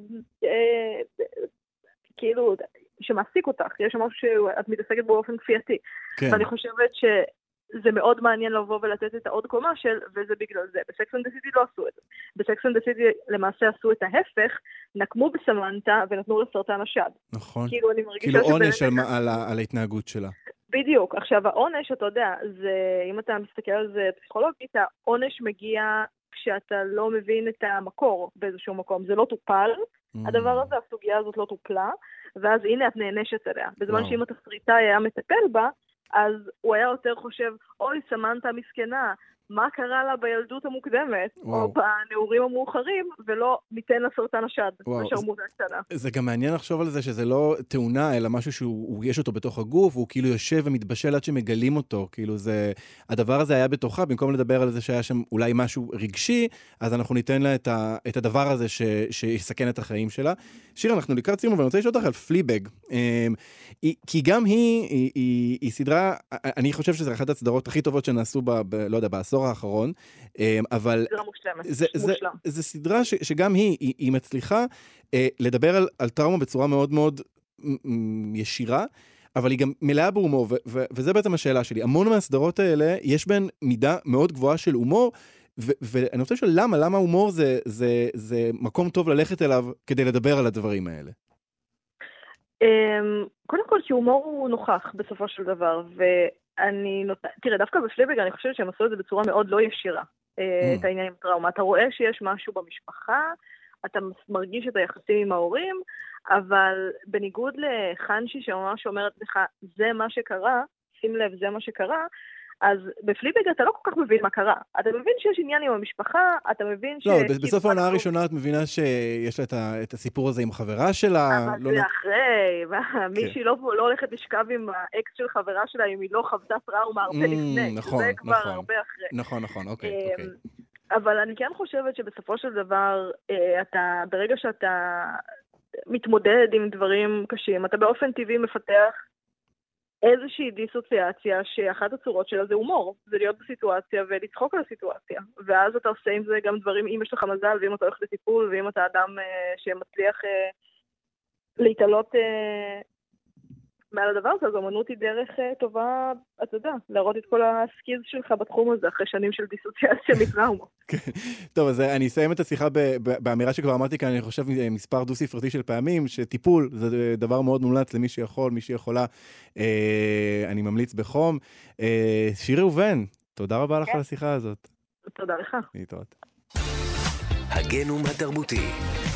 כאילו, שמעסיק אותך, יש שם משהו שאת מתעסקת באופן כפייתי. כן. ואני חושבת שזה מאוד מעניין לבוא ולתת את העוד קומה של, וזה בגלל זה. בסקס אנד דה סיטי לא עשו את זה. בסקס אנד דה סיטי למעשה עשו את ההפך, נקמו בסמנתה ונתנו לסרטן השד. נכון. כאילו אני מרגישה כאילו עונש על ההתנהגות שלה. בדיוק. עכשיו, העונש, אתה יודע, זה, אם אתה מסתכל על זה פסיכולוגית, העונש מגיע כשאתה לא מבין את המקור באיזשהו מקום. זה לא טופל, הדבר הזה, הסוגיה הזאת לא טופלה, ואז הנה את נענשת עליה. בזמן שאם התסריטאי היה מטפל בה, אז הוא היה יותר חושב, אוי, סמנתה מסכנה, מה קרה לה בילדות המוקדמת, או בנעורים המאוחרים, ולא ניתן לסרטן השד, בשרמוטה הקטנה. זה גם מעניין לחשוב על זה שזה לא תאונה, אלא משהו שהוא יש אותו בתוך הגוף, והוא כאילו יושב ומתבשל עד שמגלים אותו, כאילו זה, הדבר הזה היה בתוכה, במקום לדבר על זה שהיה שם אולי משהו רגשי, אז אנחנו ניתן לה את הדבר הזה שיסכן את החיים שלה. שיר, אנחנו לקראת סיום, ואני רוצה לשאול אותך על פליבג, כי גם היא סדרה, אני חושב שזו אחת הסדרות הכי טובות שנעשו לא יודע, בעשור האחרון, אבל זה סדרה שגם היא מצליחה לדבר על טראומה בצורה מאוד מאוד ישירה, אבל היא גם מלאה בהומור, וזה בעצם השאלה שלי. המון מהסדרות האלה, יש בהן מידה מאוד גבוהה של הומור, ואני רוצה לשאול למה הומור זה מקום טוב ללכת אליו כדי לדבר על הדברים האלה? קודם כל, כי הומור הוא נוכח בסופו של דבר, תראה, דווקא בפליבג אני חושבת שהם עשו את זה בצורה מאוד לא ישירה. את העניין עם טראומה. אתה רואה שיש משהו במשפחה, אתה מרגיש את היחסים עם ההורים, אבל בניגוד לחנשי שממש אומרת לך, זה מה שקרה, שים לב, זה מה שקרה, אז בפליבג אתה לא כל כך מבין מה קרה. אתה מבין שיש עניין עם המשפחה, אתה מבין ש... לא, בסוף העונה הראשונה את מבינה שיש לה את הסיפור הזה עם החברה שלה. אבל זה אחרי, מישהי לא הולכת לשכב עם האקס של חברה שלה, אם היא לא חוותה טראומה הרבה לפני. נכון, זה כבר הרבה אחרי. נכון, אוקיי. אבל אני כן חושבת שבסופו של דבר, ברגע שאתה מתמודד עם דברים קשים, אתה באופן טבעי מפתח איזושהי דיסוציאציה שאחת הצורות שלה זה הומור, זה להיות בסיטואציה ולצחוק על הסיטואציה, ואז אתה עושה עם זה גם דברים, אם יש לך מזל, ואם אתה הולך לטיפול, ואם אתה אדם שמצליח להתעלות מעל הדבר הזה, אז אמנות היא דרך טובה, אתה יודע, להראות את כל הסקיז שלך בתחום הזה, אחרי שנים של דיסוציאציה מטראומה. טוב, אז אני אסיים את השיחה באמירה שכבר אמרתי כאן, אני חושב מספר דו-ספרתי של פעמים, שטיפול זה דבר מאוד מומלץ למי שיכול, מי שיכולה, אני ממליץ בחום. שירי ראובן, תודה רבה לך על השיחה הזאת. תודה לך. להתראות. הגנום התרבותי.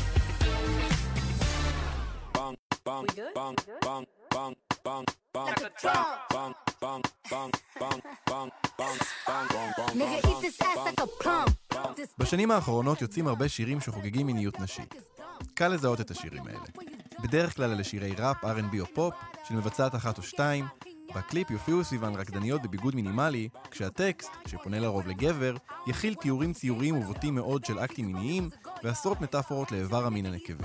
בשנים האחרונות יוצאים הרבה שירים שחוגגים מיניות נשית. קל לזהות את השירים האלה. בדרך כלל אלה שירי ראפ, R&B או פופ, של מבצעת אחת או שתיים. בקליפ יופיעו סביבן רקדניות בביגוד מינימלי, כשהטקסט, שפונה לרוב לגבר, יכיל תיאורים ציוריים ובוטים מאוד של אקטים מיניים, ועשרות מטאפורות לאיבר המין הנקבי.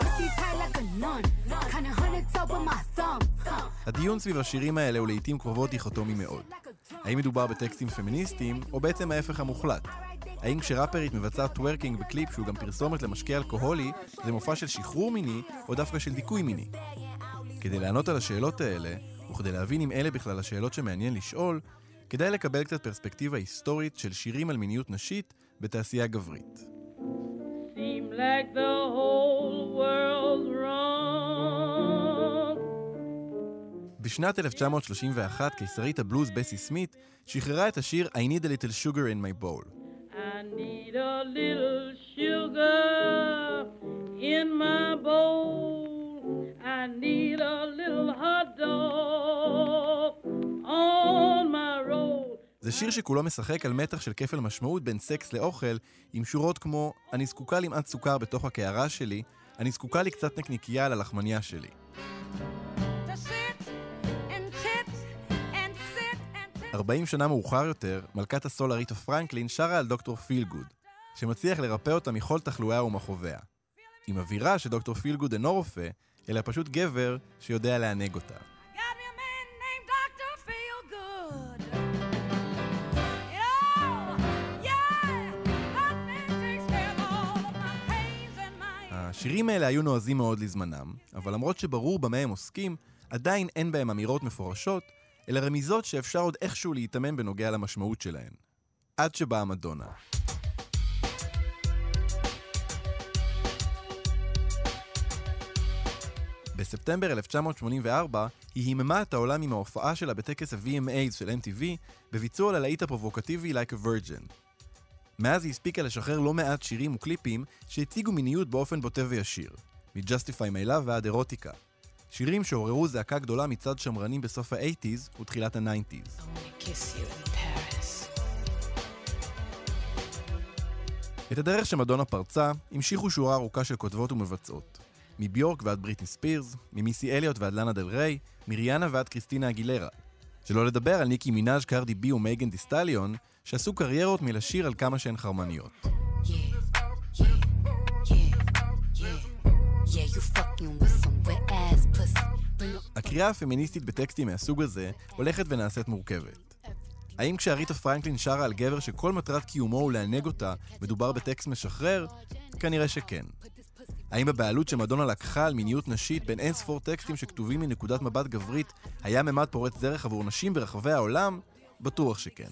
הדיון סביב השירים האלה הוא לעתים קרובות דיכוטומי מאוד. האם מדובר בטקסטים פמיניסטיים, או בעצם ההפך המוחלט? האם כשראפרית מבצעת טוורקינג בקליפ שהוא גם פרסומת למשקה אלכוהולי, זה מופע של שחרור מיני, או דווקא של דיכוי מיני? כדי לענות על השאלות האלה, וכדי להבין אם אלה בכלל השאלות שמעניין לשאול, כדאי לקבל קצת פרספקטיבה היסטורית של שירים על מיניות נשית בתעשייה גברית. Seem like the whole world's wrong. בשנת 1931, קיסרית הבלוז בסי סמית שחררה את השיר I Need a Little Sugar in My Bowl. I need a little sugar in my bowl. I need a little hot dog on my road. זה שיר שכולו משחק על מתח של כפל משמעות בין סקס לאוכל, עם שורות כמו אני זקוקה למעט סוכר בתוך הקערה שלי, אני זקוקה לי קצת נקניקיה על הלחמניה שלי. 40 שנה מאוחר יותר, מלכת הסול אריתה פרנקלין שרה על דוקטור פילגוד, שמצליח לרפא אותה מכל תחלואיה ומחוביה. עם אווירה שדוקטור פילגוד אינו רופא, אלא פשוט גבר שיודע להנהג אותה. השירים האלה היו נועזים מאוד לזמנם, אבל למרות שברור במה הם עוסקים, עדיין אין בהם אמירות מפורשות, אלא רמיזות שאפשר עוד איכשהו להתאמן בנוגע למשמעות שלהן. עד שבאה מדונה. בספטמבר 1984 היא היממה את העולם עם ההופעה שלה בטקס ה-VMAs של MTV בביצוע ללהיט הפרובוקטיבי Like a Virgin. מאז היא הספיקה לשחרר לא מעט שירים וקליפים שהציגו מיניות באופן בוטה וישיר, מ-Justify My Love ועד אירוטיקה. שירים שעוררו זעקה גדולה מצד שמרנים בסוף ה-80s ותחילת ה-90s. את הדרך שמדונה פרצה המשיכו שורה ארוכה של כותבות ומבצעות. מביורק ועד בריטני ספירס, ממיסי אליוט ועד לאנה דל ריי, מריאנה ועד קריסטינה אגילרה. שלא לדבר על ניקי מינאז', קרדי בי ומייגן די סטליון, שעשו קריירות מלשיר על כמה שהן חרמניות. הקריאה הפמיניסטית בטקסטים מהסוג הזה הולכת ונעשית מורכבת. האם כשאריתה פרנקלין שרה על גבר שכל מטרת קיומו הוא להנהג אותה, מדובר בטקסט משחרר? כנראה שכן. האם הבעלות שמדונה לקחה על מיניות נשית בין אין ספור טקסטים שכתובים מנקודת מבט גברית היה ממד פורץ דרך עבור נשים ברחבי העולם? בטוח שכן.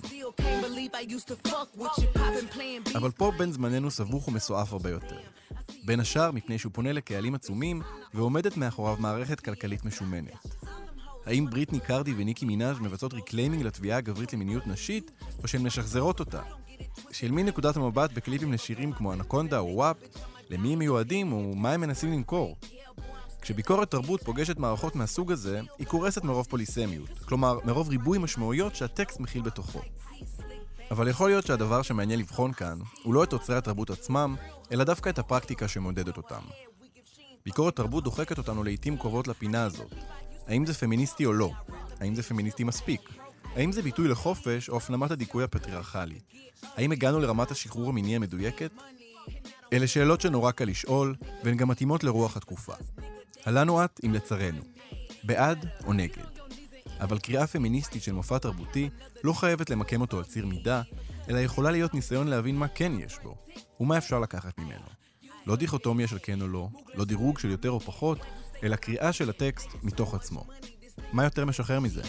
אבל פה בן זמננו סבוך ומסועף הרבה יותר. בין השאר מפני שהוא פונה לקהלים עצומים ועומדת מאחוריו מערכת כלכלית משומנת. האם בריטני, קרדי וניקי מינאז' מבצעות ריקליימינג לתביעה הגברית למיניות נשית, או שהן משחזרות אותה? של מי נקודת המבט בקליפים לשירים כמו אנקונדה או וואפ, למי הם מיועדים ומה הם מנסים למכור. כשביקורת תרבות פוגשת מערכות מהסוג הזה, היא קורסת מרוב פוליסמיות, כלומר מרוב ריבוי משמעויות שהטקסט מכיל בתוכו. אבל יכול להיות שהדבר שמעניין לבחון כאן הוא לא את תוצרי התרבות עצמם, אלא דווקא את הפרקטיקה שמודדת אותם. ביקורת תרבות דוחקת אותנו לעתים קרובות לפינה הזאת. האם זה פמיניסטי או לא? האם זה פמיניסטי מספיק? האם זה ביטוי לחופש או הפנמת הדיכוי הפטריארכלי? האם הגענו לרמת השחרור המיני המדויקת? אלה שאלות שנורא קל לשאול, והן גם מתאימות לרוח התקופה. הלנו את עם לצרנו, בעד או נגד. אבל קריאה פמיניסטית של מופע תרבותי לא חייבת למקם אותו על ציר מידה, אלא יכולה להיות ניסיון להבין מה כן יש בו, ומה אפשר לקחת ממנו. לא דיכוטומיה של כן או לא, לא דירוג של יותר או פחות, אלא קריאה של הטקסט מתוך עצמו. מה יותר משחרר מזה?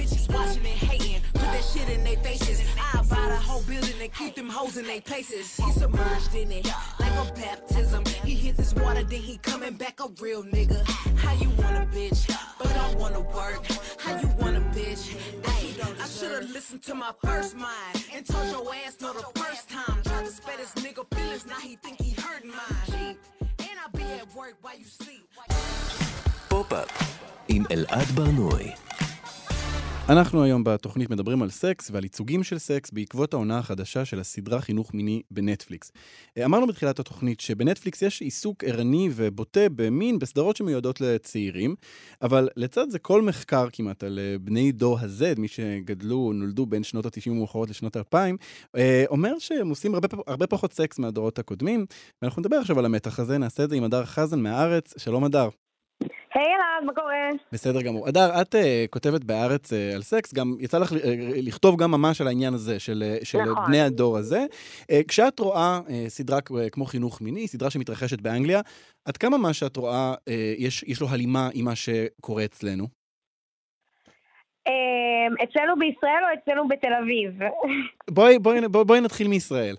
פופ-אפ עם אלעד ברנועי. אנחנו היום בתוכנית מדברים על סקס ועל ייצוגים של סקס בעקבות העונה החדשה של הסדרה חינוך מיני בנטפליקס. אמרנו בתחילת התוכנית שבנטפליקס יש עיסוק ערני ובוטה במין בסדרות שמיועדות לצעירים, אבל לצד זה כל מחקר כמעט על בני דור הזד, מי שגדלו, נולדו בין שנות ה-90 ומאוחרות לשנות ה-2000, אומר שהם עושים הרבה פחות סקס מהדורות הקודמים, ואנחנו נדבר עכשיו על המתח הזה, נעשה את זה עם הדר חזן מהארץ. שלום הדר. היי אלעד, מה קורה? בסדר גמור. הדר, את כותבת בהארץ על סקס, גם יצא לך לכתוב גם ממש על העניין הזה, של נכון. בני הדור הזה. כשאת רואה סדרה כמו חינוך מיני, סדרה שמתרחשת באנגליה, עד כמה מה שאת רואה יש לו הלימה עם מה שקורה אצלנו? אצלנו בישראל או אצלנו בתל אביב? בואי נתחיל מישראל.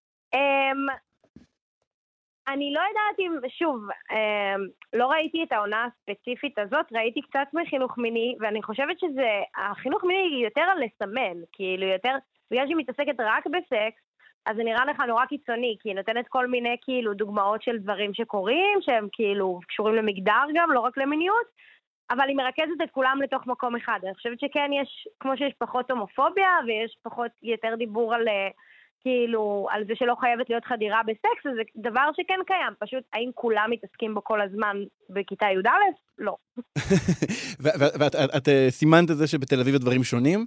אני לא יודעת אם, שוב, לא ראיתי את העונה הספציפית הזאת, ראיתי קצת מחינוך מיני, ואני חושבת החינוך מיני יותר על לסמן, כאילו יותר, בגלל שהיא מתעסקת רק בסקס, אז זה נראה לך נורא קיצוני, כי היא נותנת כל מיני כאילו דוגמאות של דברים שקורים, שהם כאילו קשורים למגדר גם, לא רק למיניות, אבל היא מרכזת את כולם לתוך מקום אחד. אני חושבת שכן יש, כמו שיש פחות הומופוביה, ויש פחות יותר דיבור על כאילו, על זה שלא חייבת להיות חדירה בסקס, זה דבר שכן קיים, פשוט האם כולם מתעסקים בו כל הזמן בכיתה י"א? לא. ואת סימנת את זה שבתל אביב הדברים שונים?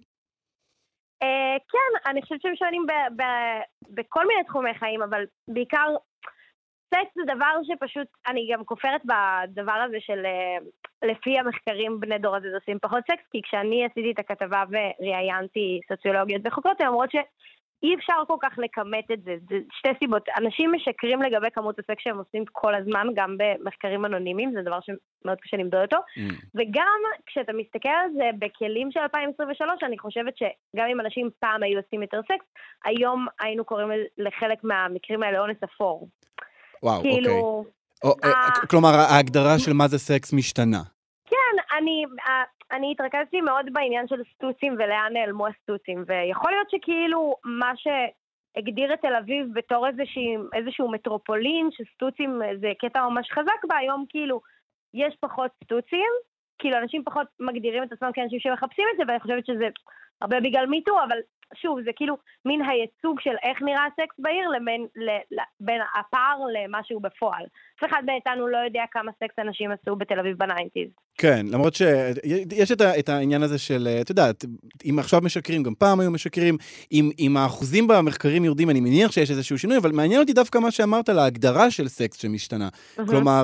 כן, אני חושבת שהם שונים בכל מיני תחומי חיים, אבל בעיקר סקס זה דבר שפשוט, אני גם כופרת בדבר הזה של לפי המחקרים בני דור הזה עושים פחות סקס, כי כשאני עשיתי את הכתבה וראיינתי סוציולוגיות וחוקרות, הן אומרות אי אפשר כל כך לקמת את זה. זה שתי סיבות. אנשים משקרים לגבי כמות הסקס שהם עושים כל הזמן, גם במחקרים אנונימיים, זה דבר שמאוד קשה למדוד אותו. וגם כשאתה מסתכל על זה בכלים של 2023, אני חושבת שגם אם אנשים פעם היו עושים יותר סקס, היום היינו קוראים לחלק מהמקרים האלה אונס אפור. וואו, כאילו, אוקיי. כלומר, ההגדרה של מה זה סקס משתנה. כן, אני התרכזתי מאוד בעניין של סטוצים ולאן נעלמו הסטוצים, ויכול להיות שכאילו מה שהגדיר את תל אביב בתור איזשהו מטרופולין, שסטוצים זה קטע ממש חזק בה, היום כאילו יש פחות סטוצים, כאילו אנשים פחות מגדירים את עצמם כאנשים שמחפשים את זה, ואני חושבת שזה הרבה בגלל מיטו, אבל שוב, זה כאילו מין הייצוג של איך נראה הסקס בעיר בין הפער למשהו בפועל. אף אחד מאיתנו לא יודע כמה סקס אנשים עשו בתל אביב בניינטיז. כן, למרות שיש את העניין הזה של, את יודעת, אם עכשיו משקרים, גם פעם היו משקרים, אם האחוזים במחקרים יורדים, אני מניח שיש איזשהו שינוי, אבל מעניין אותי דווקא מה שאמרת על ההגדרה של סקס שמשתנה. כלומר,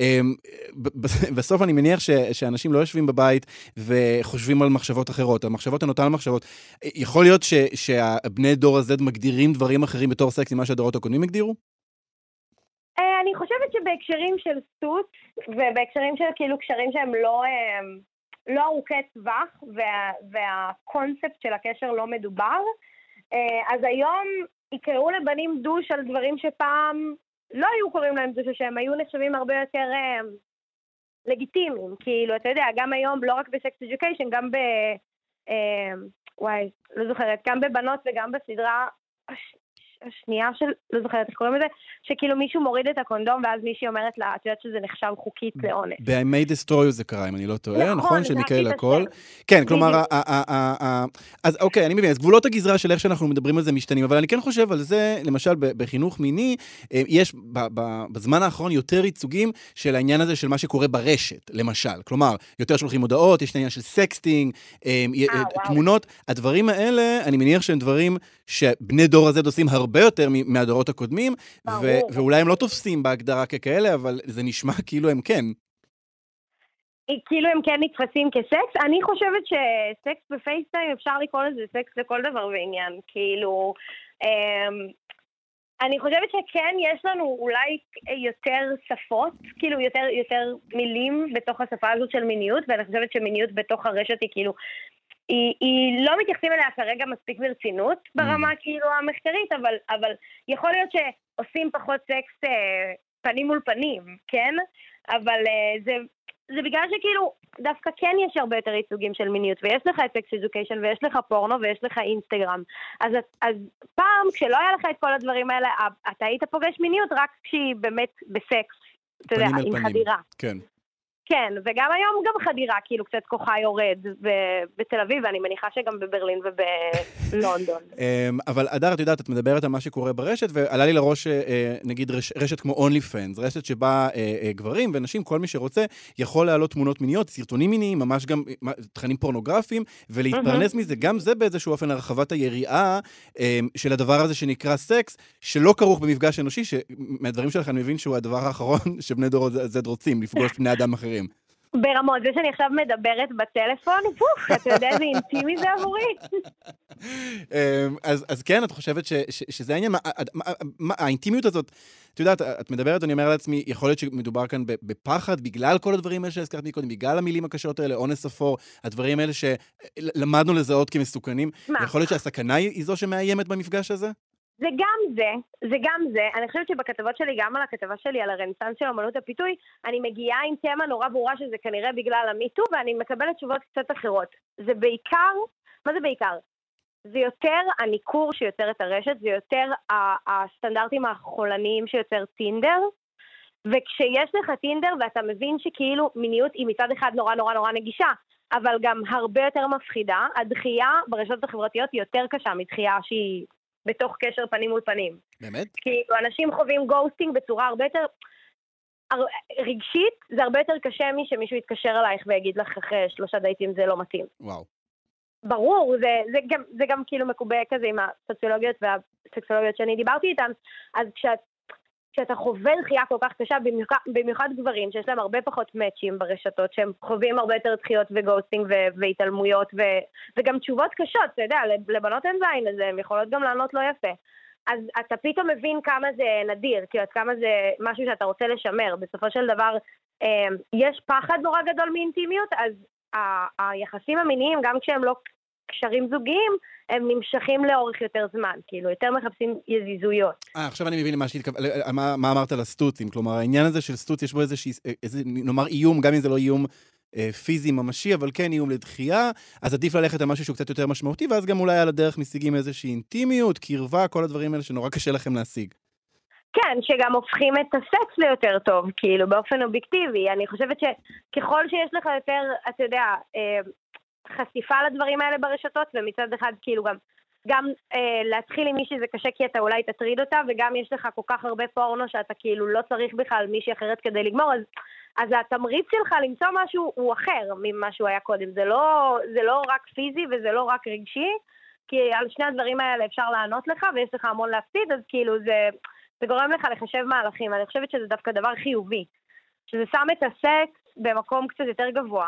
בסוף אני מניח שאנשים לא יושבים בבית וחושבים על מחשבות אחרות, המחשבות הן אותן מחשבות. יכול להיות שהבני דור הזה מגדירים דברים אחרים בתור סקס ממה שהדורות הקודמים הגדירו? אני חושבת שבהקשרים של סטוץ, ובהקשרים של כאילו קשרים שהם לא ארוכי טווח, והקונספט של הקשר לא מדובר, אז היום יקראו לבנים דוש על דברים שפעם לא היו קוראים להם דוש, שהם היו נחשבים הרבה יותר לגיטימיים. כאילו, אתה יודע, גם היום, לא רק בסקס אדיוקיישן, גם לא זוכרת, גם בבנות וגם בסדרה, השנייה של, לא זוכרת איך קוראים לזה, שכאילו מישהו מוריד את הקונדום, ואז מישהי אומרת לה, את יודעת שזה נחשב חוקית לאונס. ב-I May Destroy זה קרה, אם אני לא טועה, נכון? של זה מיקאל הכי הכל. בסדר. כן, כלומר, אז אוקיי, אני מבין, אז גבולות הגזרה של איך שאנחנו מדברים על זה משתנים, אבל אני כן חושב על זה, למשל, בחינוך מיני, יש בזמן האחרון יותר ייצוגים של העניין הזה של מה שקורה ברשת, למשל. כלומר, יותר שולחים הודעות, יש העניין של סקסטינג, תמונות. הדברים האלה, אני מניח שהם דברים שבני דור הזה עושים הרבה יותר מהדורות הקודמים, ואולי הם לא תופסים בהגדרה ככאלה, אבל זה נשמע כאילו הם כן. כאילו הם כן נתפסים כסקס. אני חושבת שסקס בפייסטיים אפשר לקרוא לזה סקס לכל דבר ועניין. כאילו, אני חושבת שכן יש לנו אולי יותר שפות, כאילו יותר מילים בתוך השפה הזאת של מיניות, ואני חושבת שמיניות בתוך הרשת היא כאילו, היא לא מתייחסים אליה כרגע מספיק ברצינות ברמה כאילו המחקרית, אבל יכול להיות שעושים פחות סקס פנים מול פנים, כן? אבל זה בגלל שכאילו דווקא כן יש הרבה יותר ייצוגים של מיניות, ויש לך את סקס אדוקיישן, ויש לך פורנו, ויש לך אינסטגרם. אז פעם, כשלא היה לך את כל הדברים האלה, אתה היית פוגש מיניות רק כשהיא באמת בסקס, אתה יודע, עם חדירה. כן. כן, וגם היום גם חדירה, כאילו קצת כוחה יורד בתל אביב, ואני מניחה שגם בברלין ובלונדון. אבל אדר, את יודעת, את מדברת על מה שקורה ברשת, ועלה לי לראש, נגיד, רשת כמו OnlyFans, רשת שבה גברים ונשים, כל מי שרוצה, יכול להעלות תמונות מיניות, סרטונים מיניים, ממש גם תכנים פורנוגרפיים, ולהתפרנס מזה, גם זה באיזשהו אופן הרחבת היריעה של הדבר הזה שנקרא סקס, שלא כרוך במפגש אנושי, שמהדברים שלך אני מבין שהוא הדבר האחרון שבני דור Z רוצים, לפגוש בני אדם אחרים. ברמות, זה שאני עכשיו מדברת בטלפון, אתה יודע איזה אינטימי זה עבורי? אז כן, את חושבת שזה העניין, האינטימיות הזאת, את יודעת, את מדברת, אני אומר לעצמי, יכול להיות שמדובר כאן בפחד, בגלל כל הדברים האלה שהזכרת מקודם, בגלל המילים הקשות האלה, אונס אפור, הדברים האלה שלמדנו לזהות כמסוכנים, יכול להיות שהסכנה היא זו שמאיימת במפגש הזה? זה גם זה. אני חושבת שבכתבות שלי, גם על הכתבה שלי, על הרנסנס של אמנות הפיתוי, אני מגיעה עם תמה נורא ברורה שזה כנראה בגלל המיטו, ואני מקבלת תשובות קצת אחרות. זה בעיקר, מה זה בעיקר? זה יותר הניקור שיוצר את הרשת, זה יותר הסטנדרטים החולניים שיוצר טינדר, וכשיש לך טינדר ואתה מבין שכאילו מיניות היא מצד אחד נורא נורא נורא נגישה, אבל גם הרבה יותר מפחידה, הדחייה ברשתות החברתיות היא יותר קשה מדחייה שהיא בתוך קשר פנים מול פנים. באמת? כי אנשים חווים גוסטינג בצורה הרבה יותר רגשית, זה הרבה יותר קשה שמישהו יתקשר אלייך ויגיד לך אחרי 3 דייטים זה לא מתאים. וואו. ברור, זה גם כאילו מקובה כזה עם הסוציולוגיות והסקסולוגיות שאני דיברתי איתן, אז כשאתה חווה דחייה כל כך קשה, במיוחד גברים שיש להם הרבה פחות מאצ'ים ברשתות, שהם חווים הרבה יותר דחיות וגוסטינג והתעלמויות, וגם תשובות קשות, אתה יודע, לבנות אין זין, אז הם יכולות גם לענות לא יפה. אז אתה פתאום מבין כמה זה נדיר, כאילו כמה זה משהו שאתה רוצה לשמר. בסופו של דבר, יש פחד נורא גדול מאינטימיות, אז היחסים המיניים, גם כשהם לא קשרים זוגיים, הם נמשכים לאורך יותר זמן, כאילו, יותר מחפשים יזיזויות. עכשיו אני מבין מה אמרת על הסטוצים, כלומר, העניין הזה של סטוץ, יש בו איזה, נאמר, איום, גם אם זה לא איום פיזי ממשי, אבל כן איום לדחייה, אז עדיף ללכת על משהו שהוא קצת יותר משמעותי, ואז גם אולי על הדרך משיגים איזושהי אינטימיות, קרבה, כל הדברים האלה שנורא קשה לכם להשיג. כן, שגם הופכים את הסקס ליותר טוב, כאילו, באופן אובייקטיבי. אני חושבת שככל שיש לך יותר, אתה יודע, חשיפה לדברים האלה ברשתות, ומצד אחד כאילו גם להתחיל עם מישהי זה קשה כי אתה אולי תטריד אותה, וגם יש לך כל כך הרבה פורנו שאתה כאילו לא צריך בכלל מישהי אחרת כדי לגמור, אז התמריץ שלך למצוא משהו הוא אחר ממה שהוא היה קודם. זה לא רק פיזי וזה לא רק רגשי, כי על שני הדברים האלה אפשר לענות לך, ויש לך המון להפסיד, אז כאילו זה גורם לך לחשב מהלכים. אני חושבת שזה דווקא דבר חיובי, שזה שם את הסקס במקום קצת יותר גבוה.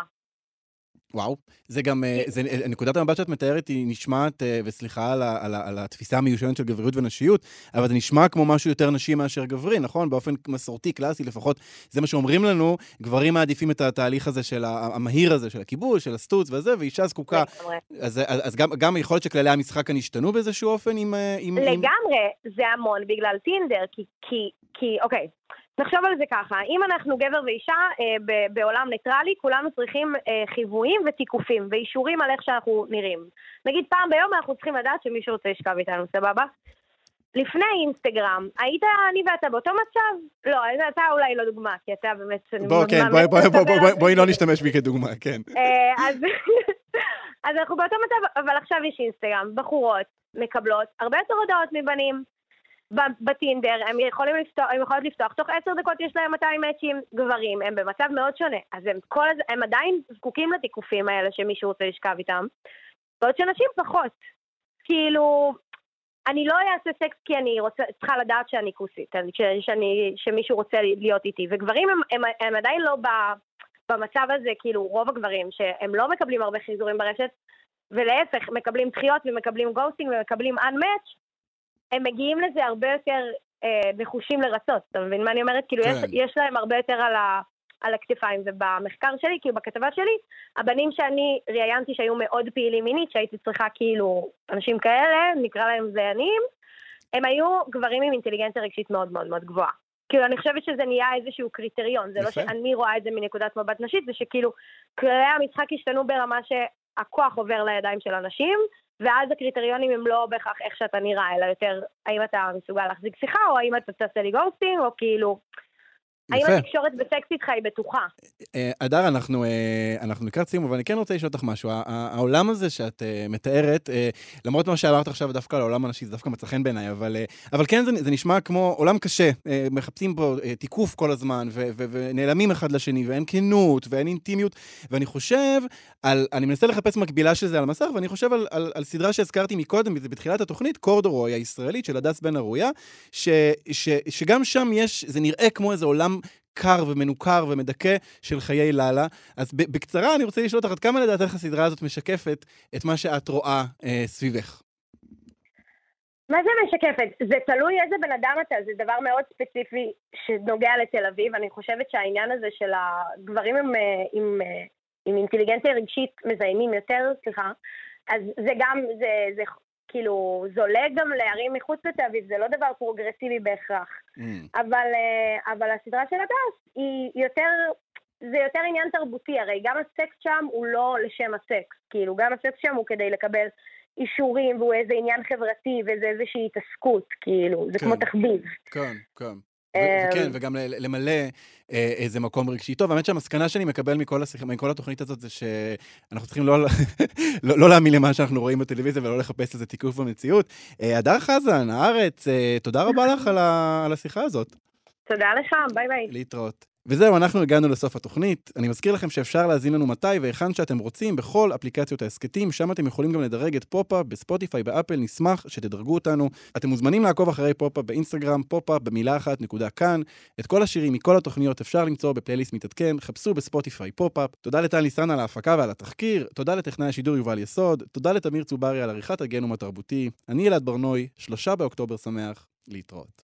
וואו, זה גם, נקודת המבט שאת מתארת היא נשמעת, וסליחה על התפיסה המיושנת של גבריות ונשיות, אבל זה נשמע כמו משהו יותר נשי מאשר גברי, נכון? באופן מסורתי, קלאסי, לפחות זה מה שאומרים לנו, גברים מעדיפים את התהליך הזה של המהיר הזה, של הכיבוש, של הסטוץ וזה, ואישה זקוקה. אז גם יכול להיות שכללי המשחק כאן השתנו באיזשהו אופן עם... לגמרי, זה המון בגלל טינדר, כי אוקיי. נחשוב על זה ככה, אם אנחנו גבר ואישה בעולם ניטרלי, כולנו צריכים חיוויים ותיקופים, ואישורים על איך שאנחנו נראים. נגיד פעם ביום אנחנו צריכים לדעת שמישהו רוצה לשכב איתנו, סבבה? לפני אינסטגרם, היית אני ואתה באותו מצב? לא, אתה אולי לא דוגמה, כי אתה באמת... בואי לא נשתמש בי כדוגמה, כן. אז אנחנו באותו מצב, אבל עכשיו יש אינסטגרם, בחורות מקבלות הרבה יותר הודעות מבנים בטינדר, הם יכולות לפתוח, תוך 10 דקות יש להם 200 מאצ'ים, גברים, הם במצב מאוד שונה, אז הם עדיין זקוקים לתיקופים האלה שמישהו רוצה לשכב איתם, ועוד שנשים פחות, כאילו... אני לא אעשה סקס כי אני צריכה לדעת שאני כוסית, שמישהו רוצה להיות איתי, וגברים הם עדיין לא במצב הזה, כאילו רוב הגברים שהם לא מקבלים הרבה חיזורים ברשת, ולהפך, מקבלים דחיות ומקבלים גוסטינג ומקבלים unmatch, הם מגיעים לזה הרבה יותר נחושים לרצות, אתה מבין מה אני אומרת? כאילו יש להם הרבה יותר על הכתפיים, ובמחקר שלי, כאילו בכתבה שלי, הבנים שאני ראיינתי שהיו מאוד פעילים מינית, שהייתי צריכה כאילו אנשים כאלה, נקרא להם זיינים, הם היו גברים עם אינטליגנציה רגשית מאוד מאוד מאוד גבוהה. כאילו אני חושבת שזה נהיה איזשהו קריטריון, זה לא שאני רואה את זה מנקודת מבט נשית, זה שכאילו כללי המשחק השתנו ברמה שהכוח עובר לידיים של אנשים, ואז הקריטריונים הם לא בהכרח איך שאתה נראה, אלא יותר האם אתה מסוגל להחזיק שיחה, או האם אתה תעשה לי גוסטינג, או כאילו... האם התקשורת בסקס איתך היא בטוחה? אדר, אנחנו לקראת סיום, אבל אני כן רוצה לשאול אותך משהו. העולם הזה שאת מתארת, למרות מה שאמרת עכשיו דווקא על העולם הנשי, זה דווקא מצא חן בעיניי, אבל כן זה נשמע כמו עולם קשה. מחפשים פה תיקוף כל הזמן, ונעלמים אחד לשני, ואין כנות, ואין אינטימיות, ואני חושב, אני מנסה לחפש מקבילה של זה על המסך, ואני חושב על סדרה שהזכרתי מקודם, בתחילת התוכנית, קורדורוי הישראלית של הדס בן ארויה, שגם שם יש, זה נראה כמו איזה עולם קר ומנוכר ומדכא של חיי לילה. אז בקצרה אני רוצה לשאול אותך, עד כמה לדעתך הסדרה הזאת משקפת את מה שאת רואה סביבך? מה זה משקפת? זה תלוי איזה בן אדם אתה, זה דבר מאוד ספציפי שנוגע לתל אביב. אני חושבת שהעניין הזה של הגברים עם אינטליגנציה רגשית מזיינים יותר, סליחה, אז זה גם, זה כאילו, זולג גם לערים מחוץ לתל אביב, זה לא דבר פרוגרסיבי בהכרח. אבל הסדרה של הדס היא יותר, זה יותר עניין תרבותי, הרי גם הסקס שם הוא לא לשם הסקס, כאילו, גם הסקס שם הוא כדי לקבל אישורים, והוא איזה עניין חברתי, וזה איזושהי התעסקות, כאילו, זה כמו תחביב. כן, כן. וכן, וגם למלא איזה מקום רגשי. טוב, האמת שהמסקנה שאני מקבל מכל התוכנית הזאת זה שאנחנו צריכים לא להאמין למה שאנחנו רואים בטלוויזיה ולא לחפש איזה תיקוף במציאות. אדר חזן, הארץ, תודה רבה לך על השיחה הזאת. תודה לך, ביי ביי. להתראות. וזהו, אנחנו הגענו לסוף התוכנית. אני מזכיר לכם שאפשר להזין לנו מתי והיכן שאתם רוצים בכל אפליקציות ההסקטים, שם אתם יכולים גם לדרג את פופ-אפ בספוטיפיי, באפל, נשמח שתדרגו אותנו. אתם מוזמנים לעקוב אחרי פופ-אפ באינסטגרם, פופ-אפ במילה אחת, .כאן. את כל השירים מכל התוכניות אפשר למצוא בפלייליסט מתעדכן, חפשו בספוטיפיי פופ-אפ. תודה לטל ניסן על ההפקה ועל התחקיר, תודה לטכנאי השידור יובל יסוד, תודה לתמיר צוברי על עריכת הגנום התרבותי. אני אלעד ברנוי, 3 באוקטובר שמח, להתראות.